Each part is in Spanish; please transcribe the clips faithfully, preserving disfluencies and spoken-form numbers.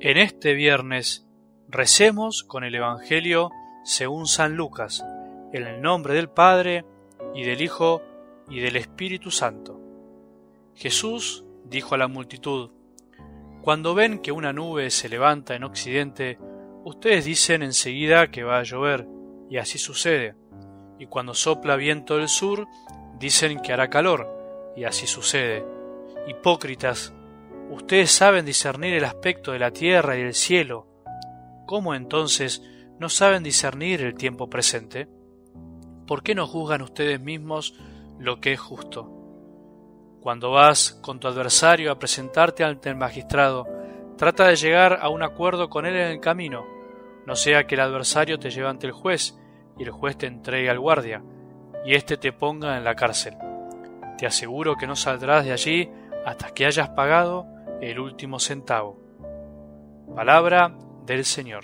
En este viernes recemos con el Evangelio según San Lucas, en el nombre del Padre, y del Hijo, y del Espíritu Santo. Jesús dijo a la multitud: Cuando ven que una nube se levanta en occidente, ustedes dicen enseguida que va a llover, y así sucede. Y cuando sopla viento del sur, dicen que hará calor, y así sucede. Hipócritas, ustedes saben discernir el aspecto de la tierra y del cielo. ¿Cómo entonces no saben discernir el tiempo presente? ¿Por qué no juzgan ustedes mismos lo que es justo? Cuando vas con tu adversario a presentarte ante el magistrado, trata de llegar a un acuerdo con él en el camino, no sea que el adversario te lleve ante el juez y el juez te entregue al guardia y éste te ponga en la cárcel. Te aseguro que no saldrás de allí hasta que hayas pagado el último centavo. Palabra del Señor.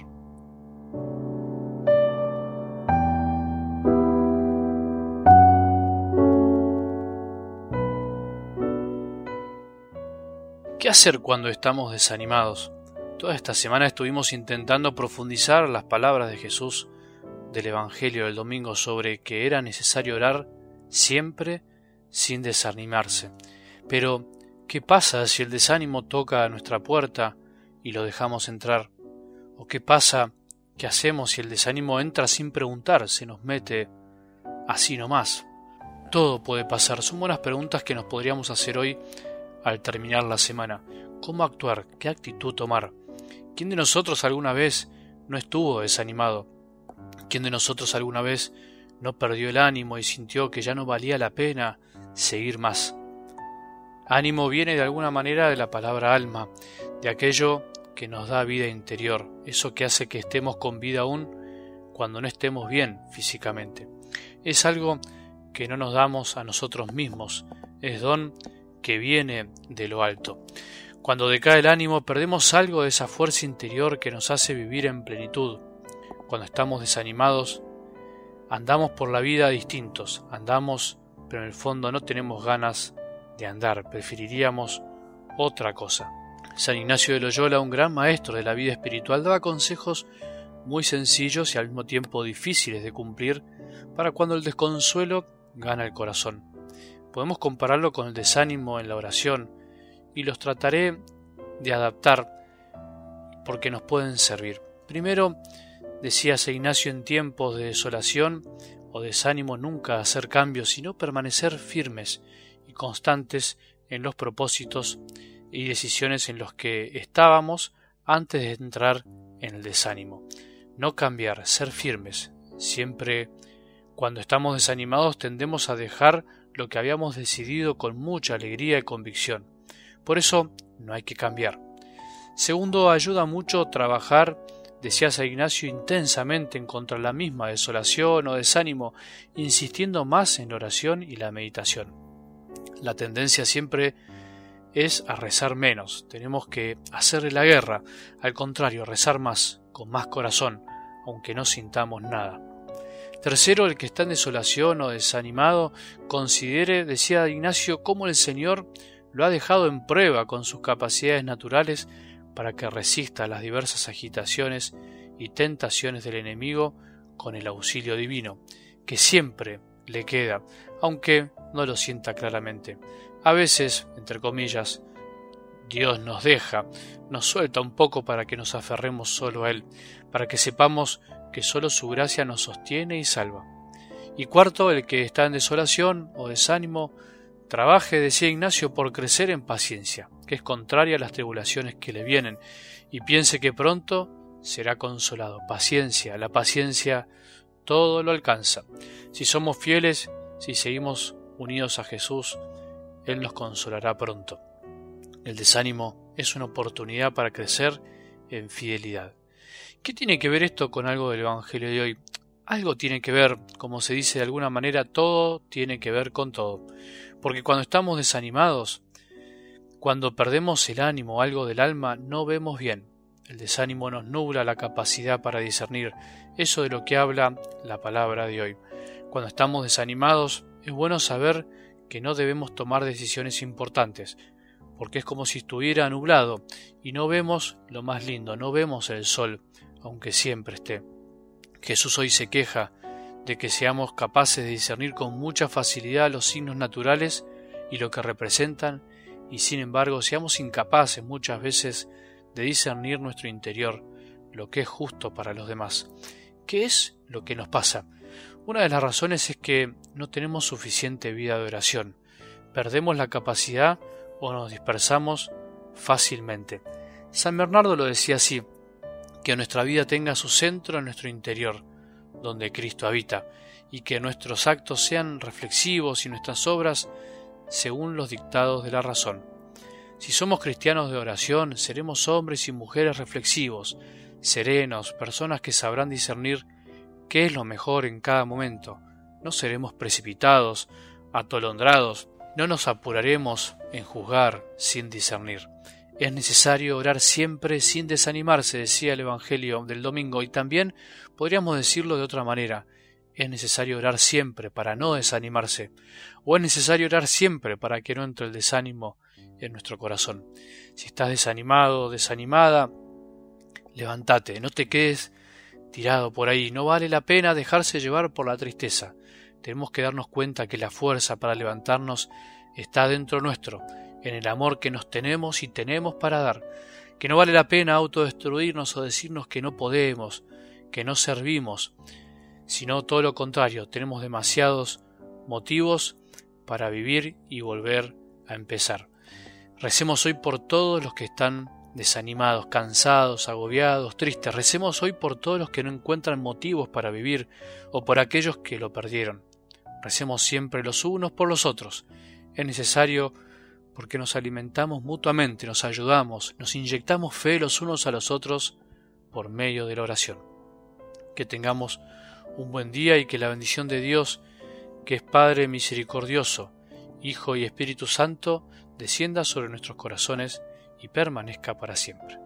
¿Qué hacer cuando estamos desanimados? Toda esta semana estuvimos intentando profundizar las palabras de Jesús del Evangelio del domingo sobre que era necesario orar siempre sin desanimarse. Pero, ¿qué pasa si el desánimo toca a nuestra puerta y lo dejamos entrar? ¿O qué pasa, qué hacemos si el desánimo entra sin preguntar, se nos mete así nomás? Todo puede pasar. Son buenas preguntas que nos podríamos hacer hoy al terminar la semana. ¿Cómo actuar? ¿Qué actitud tomar? ¿Quién de nosotros alguna vez no estuvo desanimado? ¿Quién de nosotros alguna vez no perdió el ánimo y sintió que ya no valía la pena seguir más? Ánimo viene de alguna manera de la palabra alma, de aquello que nos da vida interior, eso que hace que estemos con vida aún cuando no estemos bien físicamente. Es algo que no nos damos a nosotros mismos, es don que viene de lo alto. Cuando decae el ánimo, perdemos algo de esa fuerza interior que nos hace vivir en plenitud. Cuando estamos desanimados, andamos por la vida distintos, andamos, pero en el fondo no tenemos ganas de andar, preferiríamos otra cosa. San Ignacio de Loyola, un gran maestro de la vida espiritual, daba consejos muy sencillos y al mismo tiempo difíciles de cumplir para cuando el desconsuelo gana el corazón. Podemos compararlo con el desánimo en la oración y los trataré de adaptar porque nos pueden servir. Primero, decía San Ignacio, en tiempos de desolación o desánimo nunca hacer cambios, sino permanecer firmes y constantes en los propósitos y decisiones en los que estábamos antes de entrar en el desánimo. No cambiar, ser firmes. Siempre cuando estamos desanimados tendemos a dejar lo que habíamos decidido con mucha alegría y convicción. Por eso no hay que cambiar. Segundo, ayuda mucho trabajar, decía San Ignacio, intensamente en contra de la misma desolación o desánimo, insistiendo más en la oración y la meditación. La tendencia siempre es a rezar menos. Tenemos que hacerle la guerra. Al contrario, rezar más, con más corazón, aunque no sintamos nada. Tercero, el que está en desolación o desanimado, considere, decía Ignacio, cómo el Señor lo ha dejado en prueba con sus capacidades naturales para que resista las diversas agitaciones y tentaciones del enemigo con el auxilio divino, que siempre le queda, aunque no lo sienta claramente. A veces, entre comillas, Dios nos deja, nos suelta un poco para que nos aferremos solo a Él, para que sepamos que solo su gracia nos sostiene y salva. Y cuarto, el que está en desolación o desánimo, trabaje, decía Ignacio, por crecer en paciencia, que es contraria a las tribulaciones que le vienen, y piense que pronto será consolado. Paciencia, la paciencia todo lo alcanza. Si somos fieles, si seguimos unidos a Jesús, Él nos consolará pronto. El desánimo es una oportunidad para crecer en fidelidad. ¿Qué tiene que ver esto con algo del Evangelio de hoy? Algo tiene que ver, como se dice de alguna manera, todo tiene que ver con todo. Porque cuando estamos desanimados, cuando perdemos el ánimo o algo del alma, no vemos bien. El desánimo nos nubla la capacidad para discernir. Eso de lo que habla la palabra de hoy. Cuando estamos desanimados, es bueno saber que no debemos tomar decisiones importantes, porque es como si estuviera nublado y no vemos lo más lindo, no vemos el sol, aunque siempre esté. Jesús hoy se queja de que seamos capaces de discernir con mucha facilidad los signos naturales y lo que representan, y sin embargo seamos incapaces muchas veces de discernir nuestro interior, lo que es justo para los demás. ¿Qué es lo que nos pasa? Una de las razones es que no tenemos suficiente vida de oración. Perdemos la capacidad o nos dispersamos fácilmente. San Bernardo lo decía así: que nuestra vida tenga su centro en nuestro interior, donde Cristo habita, y que nuestros actos sean reflexivos y nuestras obras según los dictados de la razón. Si somos cristianos de oración, seremos hombres y mujeres reflexivos, serenos, personas que sabrán discernir qué es lo mejor en cada momento. No seremos precipitados, atolondrados, no nos apuraremos en juzgar sin discernir. Es necesario orar siempre sin desanimarse, decía el Evangelio del domingo, y también podríamos decirlo de otra manera: es necesario orar siempre para no desanimarse, o es necesario orar siempre para que no entre el desánimo en nuestro corazón. Si estás desanimado o desanimada, levántate, no te quedes tirado por ahí, no vale la pena dejarse llevar por la tristeza. Tenemos que darnos cuenta que la fuerza para levantarnos está dentro nuestro, en el amor que nos tenemos y tenemos para dar, que no vale la pena autodestruirnos o decirnos que no podemos, que no servimos, sino todo lo contrario, tenemos demasiados motivos para vivir y volver a empezar. Recemos hoy por todos los que están desanimados, cansados, agobiados, tristes. Recemos hoy por todos los que no encuentran motivos para vivir o por aquellos que lo perdieron. Recemos siempre los unos por los otros. Es necesario porque nos alimentamos mutuamente, nos ayudamos, nos inyectamos fe los unos a los otros por medio de la oración. Que tengamos un buen día y que la bendición de Dios, que es Padre misericordioso, Hijo y Espíritu Santo, descienda sobre nuestros corazones y permanezca para siempre.